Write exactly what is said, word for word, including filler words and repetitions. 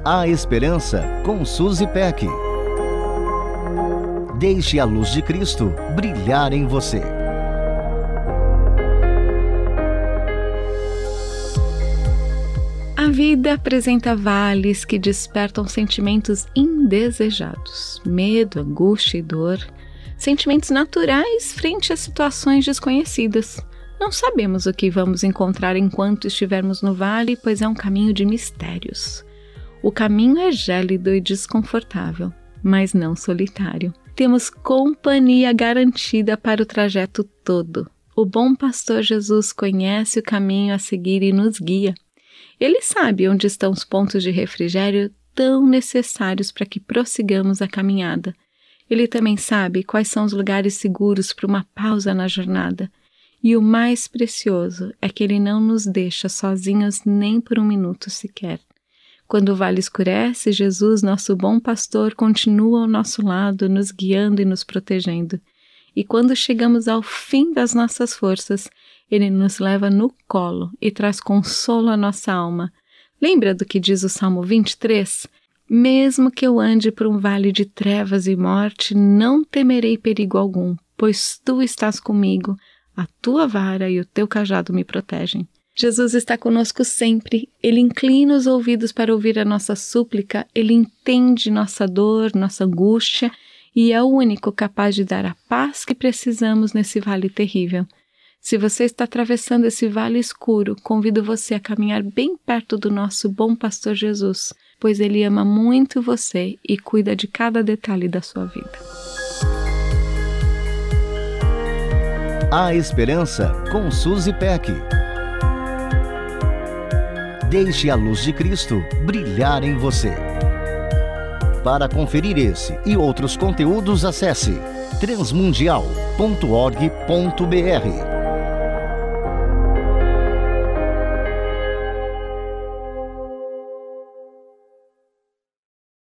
A Esperança com Suzy Peck. Deixe a luz de Cristo brilhar em você. A vida apresenta vales que despertam sentimentos indesejados, medo, angústia e dor, sentimentos naturais frente a situações desconhecidas. Não sabemos o que vamos encontrar enquanto estivermos no vale, pois é um caminho de mistérios. O caminho é gélido e desconfortável, mas não solitário. Temos companhia garantida para o trajeto todo. O bom pastor Jesus conhece o caminho a seguir e nos guia. Ele sabe onde estão os pontos de refrigério tão necessários para que prossigamos a caminhada. Ele também sabe quais são os lugares seguros para uma pausa na jornada. E o mais precioso é que Ele não nos deixa sozinhos nem por um minuto sequer. Quando o vale escurece, Jesus, nosso bom pastor, continua ao nosso lado, nos guiando e nos protegendo. E quando chegamos ao fim das nossas forças, Ele nos leva no colo e traz consolo à nossa alma. Lembra do que diz o Salmo vinte e três? Mesmo que eu ande por um vale de trevas e morte, não temerei perigo algum, pois Tu estás comigo. A tua vara e o teu cajado me protegem. Jesus está conosco sempre. Ele inclina os ouvidos para ouvir a nossa súplica. Ele entende nossa dor, nossa angústia e é o único capaz de dar a paz que precisamos nesse vale terrível. Se você está atravessando esse vale escuro, convido você a caminhar bem perto do nosso bom pastor Jesus, pois Ele ama muito você e cuida de cada detalhe da sua vida. A Esperança com Suzy Peck. Deixe a luz de Cristo brilhar em você. Para conferir esse e outros conteúdos, acesse transmundial ponto org ponto br.